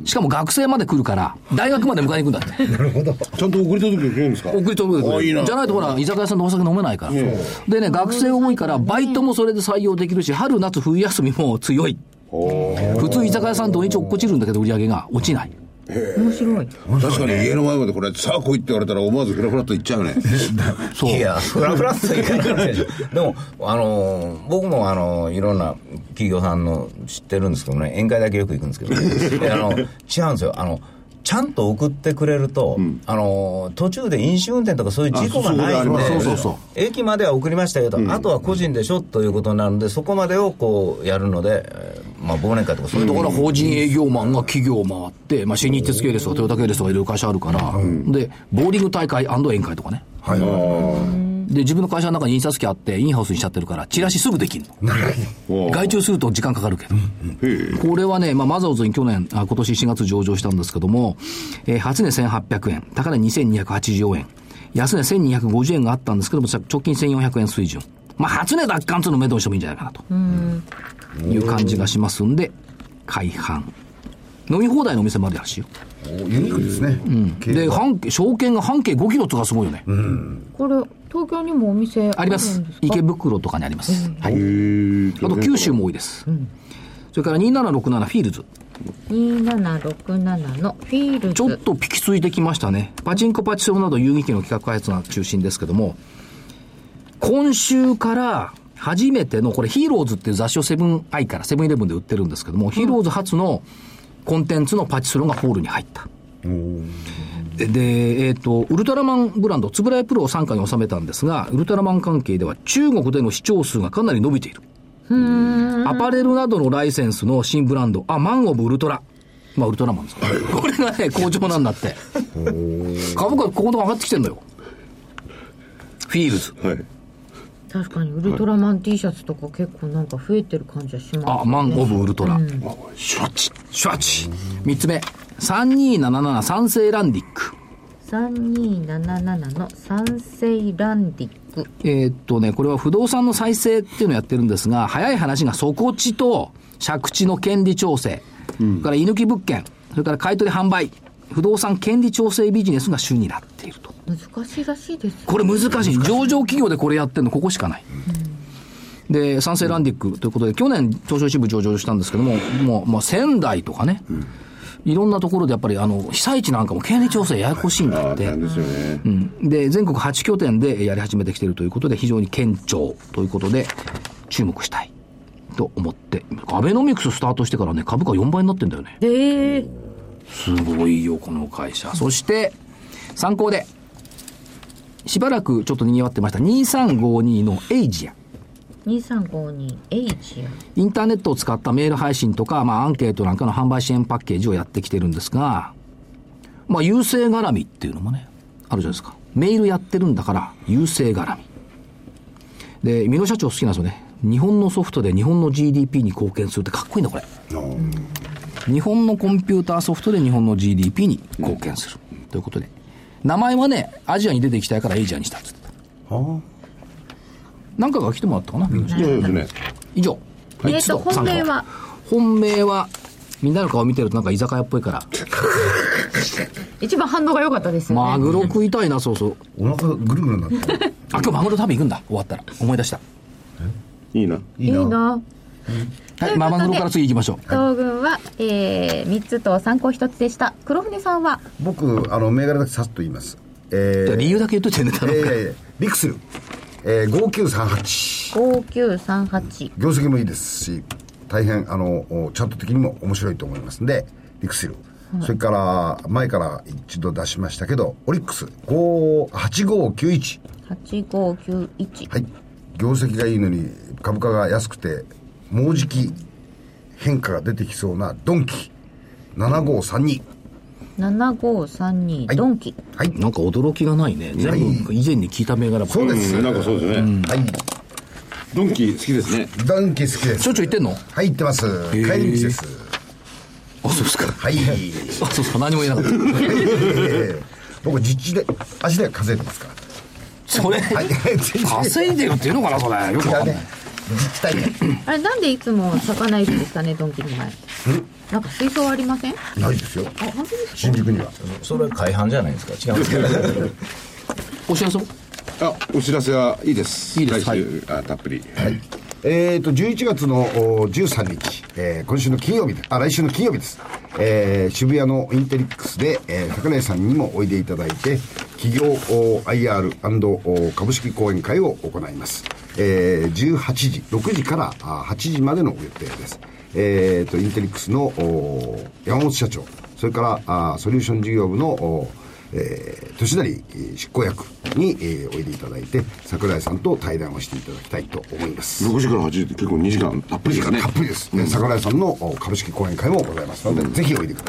しかも学生まで来るから大学まで迎えに行くんだってなるほど。ちゃんと送り届けてくれるんですか。 送り届けてくれる。いいな。じゃないとほら居酒屋さんのお酒飲めないから。でね、学生多いからバイトもそれで採用できるし、春夏冬休みも強い。普通居酒屋さん土日落っこちるんだけど売り上げが落ちない。 面白い。 確かに家の前までこれさあ来いって言われたら思わずフラフラっと行っちゃうねそう。いやフラフラっと行かないでしょでもあのー、僕もあのー、いろんな企業さんの知ってるんですけどね、宴会だけよく行くんですけど、ね、あの違うんですよ。あのちゃんと送ってくれると、うん、あの途中で飲酒運転とかそういう事故がないんで、そうそうそう、駅までは送りましたけど、うん、あとは個人でしょということになるので、そこまでをこうやるので、まあ、忘年会とかそういうところ、 だから法人営業マンが企業を回って、まあ、新日鉄系列とかトヨタ系列とかいろいろ会社あるから、うん、でボーリング大会&宴会とかね、はい、 で、自分の会社の中に印刷機あって、インハウスにしちゃってるから、チラシすぐできるの。外注すると時間かかるけど。これはね、まあ、マザーズに去年、あ今年しがつ上場したんですけども、えー、初値せんはっぴゃくえん、高値にせんにひゃくはちじゅうよえん、安値せんにひゃくごじゅうえんがあったんですけども、直近せんよんひゃくえん水準。まあ、初値奪還というのを目処にしてもいいんじゃないかなと。いう感じがしますんで、買い半。飲み放題のお店まであるしよ。 ユニークですね。 うん、で、半証券が半径ごキロとかすごいよね。 うん、これ、東京にもお店あります。池袋とかにあります。うん、はい。あと、九州も多いです。うん、それからにせんななひゃくろくじゅうななフィールズ。 にせんななひゃくろくじゅうななのフィールズ。 ちょっとピキついてきましたね。パチンコパチスロなど遊戯機の企画開発が中心ですけども、今週から初めての、これヒーローズっていう雑誌をセブンアイからセブンイレブンで売ってるんですけども、うん、ヒーローズ初のコンテンツのパチスロがホールに入った。で、でえっ、ー、と、ウルトラマンブランド、つぶらやプロを傘下に収めたんですが、ウルトラマン関係では中国での視聴数がかなり伸びている。アパレルなどのライセンスの新ブランド、あ、マンオブウルトラ。まあ、ウルトラマンですか。これがね、好調なんだって。株価こことか上がってきてんのよ。フィールズ。はい。 確かにウルトラマン T シャツとか結構なんか増えてる感じはしますね。 あ、マンオブウルトラ。うん、シュワッチ。シュワッチ。三つ目。さんにーなななな三成ランディック。 さんにーななななの三成ランディック。 えー、っとね、これは不動産の再生っていうのをやってるんですが、早い話が底地と借地の権利調整、うん、それから居抜き物件、それから買取販売、不動産権利調整ビジネスが主になっていると。 難しいらしいです、ね、 これ難しい。上場企業でこれやってるのここしかない。うん、で、三成ランディックということで、去年東証一部上場したんですけども、もう、まあ、仙台とかね、うん、いろんなところでやっぱりあの被災地なんかも権利調整ややこしいんだって。ですよね。うん。で、全国はち拠点でやり始めてきているということで、非常に堅調ということで、注目したいと思って、アベノミクススタートしてからね、株価よんばいになってんだよね。 えー、 すごいよ、この会社。そして、参考で、しばらくちょっと賑わってました、にさんごにのエイジア。 にさんごにエイジア。 インターネットを使ったメール配信とか、まあ、アンケートなんかの販売支援パッケージをやってきてるんですが、まあ、優勢絡みっていうのもね、あるじゃないですか。メールやってるんだから、優勢絡み。で、美濃社長好きなんですよね。日本のソフトで日本の ジーディーピー に貢献するってかっこいいんだ、これ。日本のコンピューターソフトで日本の ジーディーピー に貢献する。ということで。名前はね、アジアに出ていきたいからエイジアにしたっつった。はあ、何回か来てもらったかな、みんな。そうですね。以上。 えーと、本命は本命は、みんなの顔見てるとなんか居酒屋っぽいから。 一番反応が良かったですよね。 マグロ食いたいな、そうそう。 お腹ぐるぐるになって。 あ、今日マグロ食べ行くんだ、終わったら。思い出した。 いいな。 いいな。いいな。 はい、マグロから次行きましょう。 東軍は、えー、みっつと参考ひとつでした。黒船さんは僕、あの、銘柄だけさっと言います。 えー、理由だけ言っといてね、頼むから。 えー、リクスル。えー、ごきゅうさんはち。 ごきゅうさんはち。 業績もいいですし、大変、あの、チャート的にも面白いと思いますんで、リクスル。はい、それから、前から一度出しましたけど、オリックス、はちごきゅういち。 はちごきゅういち。 はい。業績がいいのに、株価が安くて、もうじき変化が出てきそうなドンキななごさんに。 ななごさんに、はい、ドンキ。 はい。なんか驚きがないね。全部以前に聞いた銘柄。 そうです。 うん、なんかそうですね。うん、はい。ドンキ好きですね。 ドンキ好きです。 しょっちゅう行ってんの？ はい、行ってます。帰り道です。 あ、そうですか。 はい。 あ、そうそう、何も言えなかった。 僕、実地で、足で稼いでますから。 それ、はい、稼いでるっていうのかな、それ。よくわかんない。 自治体で。 あれ、なんでいつも魚市ですかね、ドンキの前。なんか水槽ありません？ ないですよ。 あ、本当ですか？ 新宿には。 それは改版じゃないですか。違うんですけど。 お知らせ？ あ、お知らせはいいです。 いいです。 来週、はい、あ、たっぷり。 はい。えーと、じゅういちがつのじゅうさんにち、えー、今週の金曜日で、あ、来週の金曜日です。えー、渋谷のインテリックスで、えー、桜井さんにもおいでいただいて、企業 アイアール& 株式講演会を行います。えー、じゅうはちじ、ろくじからはちじまでの予定です。えーと、インテリックスの山本社長、それからあソリューション事業部のえー、吉成執行役に、えー、おいでいただいて桜井さんと対談をしていただきたいと思います。 ろくじからはちじって結構にじかんたっぷりですかね。 たっぷりです、うん、桜井さんの株式講演会もございますので、うん、ぜひおいでください。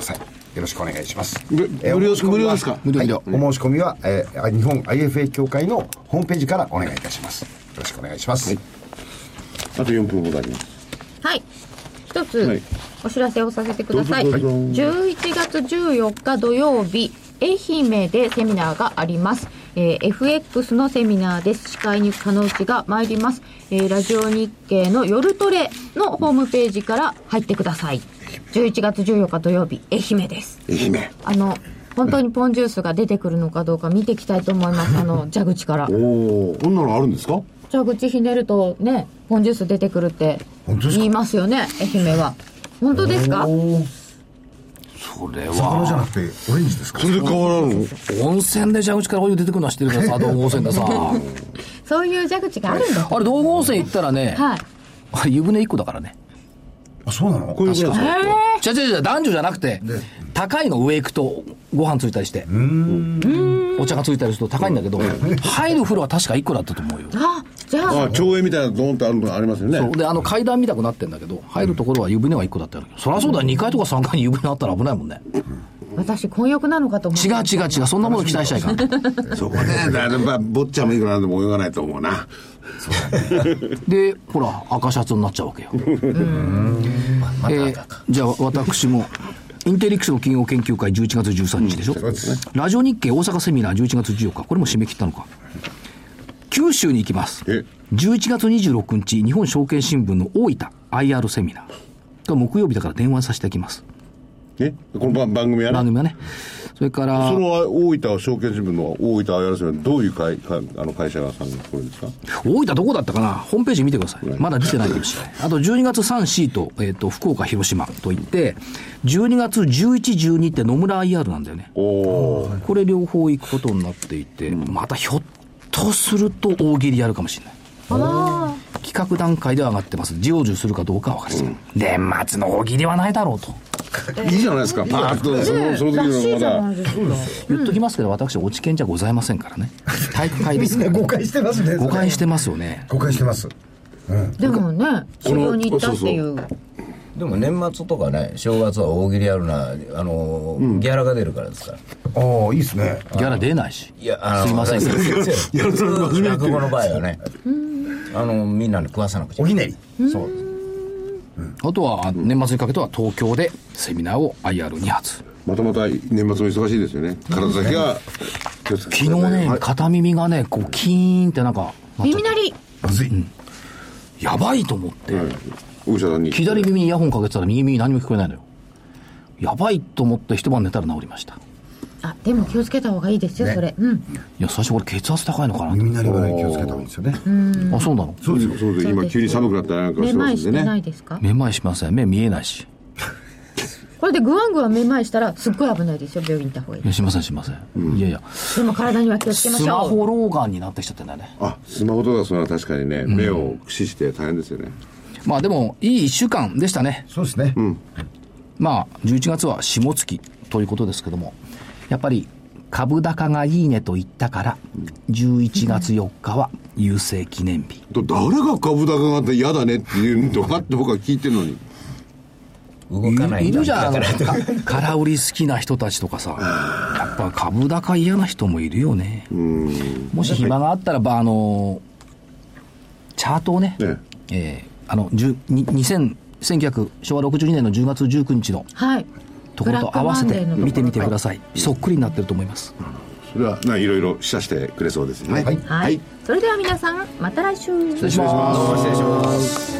よろしくお願いします。 無料無料ですか？ 無料、はい、お申し込みは、えー、日本 アイエフエー 協会のホームページからお願いいたします。よろしくお願いします。はい、 あとよんぷんほどあります。 はい、一つお知らせをさせてください。はい、じゅういちがつじゅうよっか土曜日、愛媛でセミナーがあります。えー、エフエックス のセミナーです。司会に鹿内が参ります。えー、ラジオ日経の夜トレのホームページから入ってください。じゅういちがつじゅうよっか土曜日、愛媛です。 愛媛。 あの本当にポンジュースが出てくるのかどうか見ていきたいと思います。あの蛇口から。 おお、こんなのあるんですか？ 蛇口ひねるとね、ポンジュース出てくるって言いますよね、愛媛は。本当ですか？ それは魚じゃなくてオレンジですか？ それで変わらんの？ 温泉で蛇口からお湯出てくるのは知ってるからさ、道後温泉でさそういう蛇口があるんだ。 あれ道後温泉行ったらね、はい、あれ湯船いっこだからね。 あ、そうなの？ こういうことですか？ 違う違う違う、男女じゃなくて高いの上行くとご飯ついたりして、うーん、お茶がついたりすると高いんだけど、入る風呂は確かいっこだったと思うよ。 あ、じゃああ、町営みたいなドーンとあるのありますよね。 そうで、あの階段見たくなってんだけど、入るところは湯船はいっこだったけど、そりゃそうだ、にかいとかさんかいに湯船あったら危ないもんね。 私混浴なのかと思う。 違う違う違う、そんなもの期待しちゃいかんそこね、だから坊ちゃんもいくらなんでも泳がないと思うな。 でほら赤シャツになっちゃうわけよ。うーん、ま、えー、じゃあ私もインテリックスの企業研究会じゅういちがつじゅうさんにちでしょ、うん、ラジオ日経大阪セミナーじゅういちがつじゅうよっか、これも締め切ったのか。九州に行きます。じゅういちがつにじゅうろくにち日本証券新聞の大分 アイアール セミナー、木曜日だから電話させていきます。 え、この番組はね。 番組はね。それから。 その大分証券新聞の大分 アイアール セミナー、どういう会、あの会社さんがこれですか？ 大分どこだったかな、ホームページ見てください。まだ出てないかもしれない。あとじゅうにがつさん、よんと、えっと、福岡、広島といって、じゅうにがつじゅういち、じゅうにって野村 アイアール なんだよね。おこれ両方行くことになっていて、うん、またひょっとすると大喜利やるかもしれない。あ企画段階では上がってます。成就するかどうかは分かりません。年末の大喜利はないだろうと。 いいじゃないですか。パーッと、ね、そのその時のまだ言っときますけど、私落ち研じゃございませんからね。体育会ですから、 ね、誤解してますね。 誤解してますよね。 誤解してます。 うん、でもね、修行に行ったっていう。そうそうでも年末とかね、正月は大喜利やるな、あの、うん、ギャラが出るからですから。 ああ、いいですね。 ギャラ出ないし。 いや、あの、 すいません。 やると落語の場合はね、あのみんなに食わさなくちゃ。 おひねり。 そう。 うん、あとは年末にかけては東京でセミナーを アイアールに 発。 またまた年末も忙しいですよね。体だけが気をつけて。昨日ね、はい、片耳がねこうキーンってなんか耳鳴り、 うん、やばいと思って、はい、 お医者さんに左耳にイヤホンかけてたら右耳に何も聞こえないのよ。やばいと思って一晩寝たら治りました。 あ、でも気をつけた方がいいですよ、ね、それ、うん、いや最初これ血圧高いのかな、 耳鳴りはね気をつけた方がいいですよね。 うんあ、そうなの。 そうですそうです。今急に寒くなったらなんかめまいしてないですか？ めまいしません。目見えないしこれでグワングワンめまいしたらすっごい危ないですよ。病院行った方がいい。 いやしませんしません、うん、いやいやでも体には気をつけましょう。 スマホ老眼になってきちゃってんだよね。 あ、スマホとかそれは確かにね、うん、目を駆使して大変ですよね。 まあでもいいいっしゅうかんでしたね。 そうですね、うん、 まあじゅういちがつは下月ということですけども、やっぱり株高がいいねと言ったからじゅういちがつよっかは郵政記念日。 誰が株高があって嫌だねっていうのかって僕は聞いてるのに動かないんだ。 いるじゃん、空売り好きな人たちとかさ。やっぱ株高嫌な人もいるよね。うん、もし暇があったらばあのチャートをね、ねえー、あのにせんきゅうひゃくしょうわろくじゅうにねんのじゅうがつじゅうくにちの、はい、ところと合わせて見てみてください。そっくりになってると思います。 それはないろいろ示唆してくれそうですね。 はい、はいはい、それでは皆さんまた来週。 失礼します。 失礼します。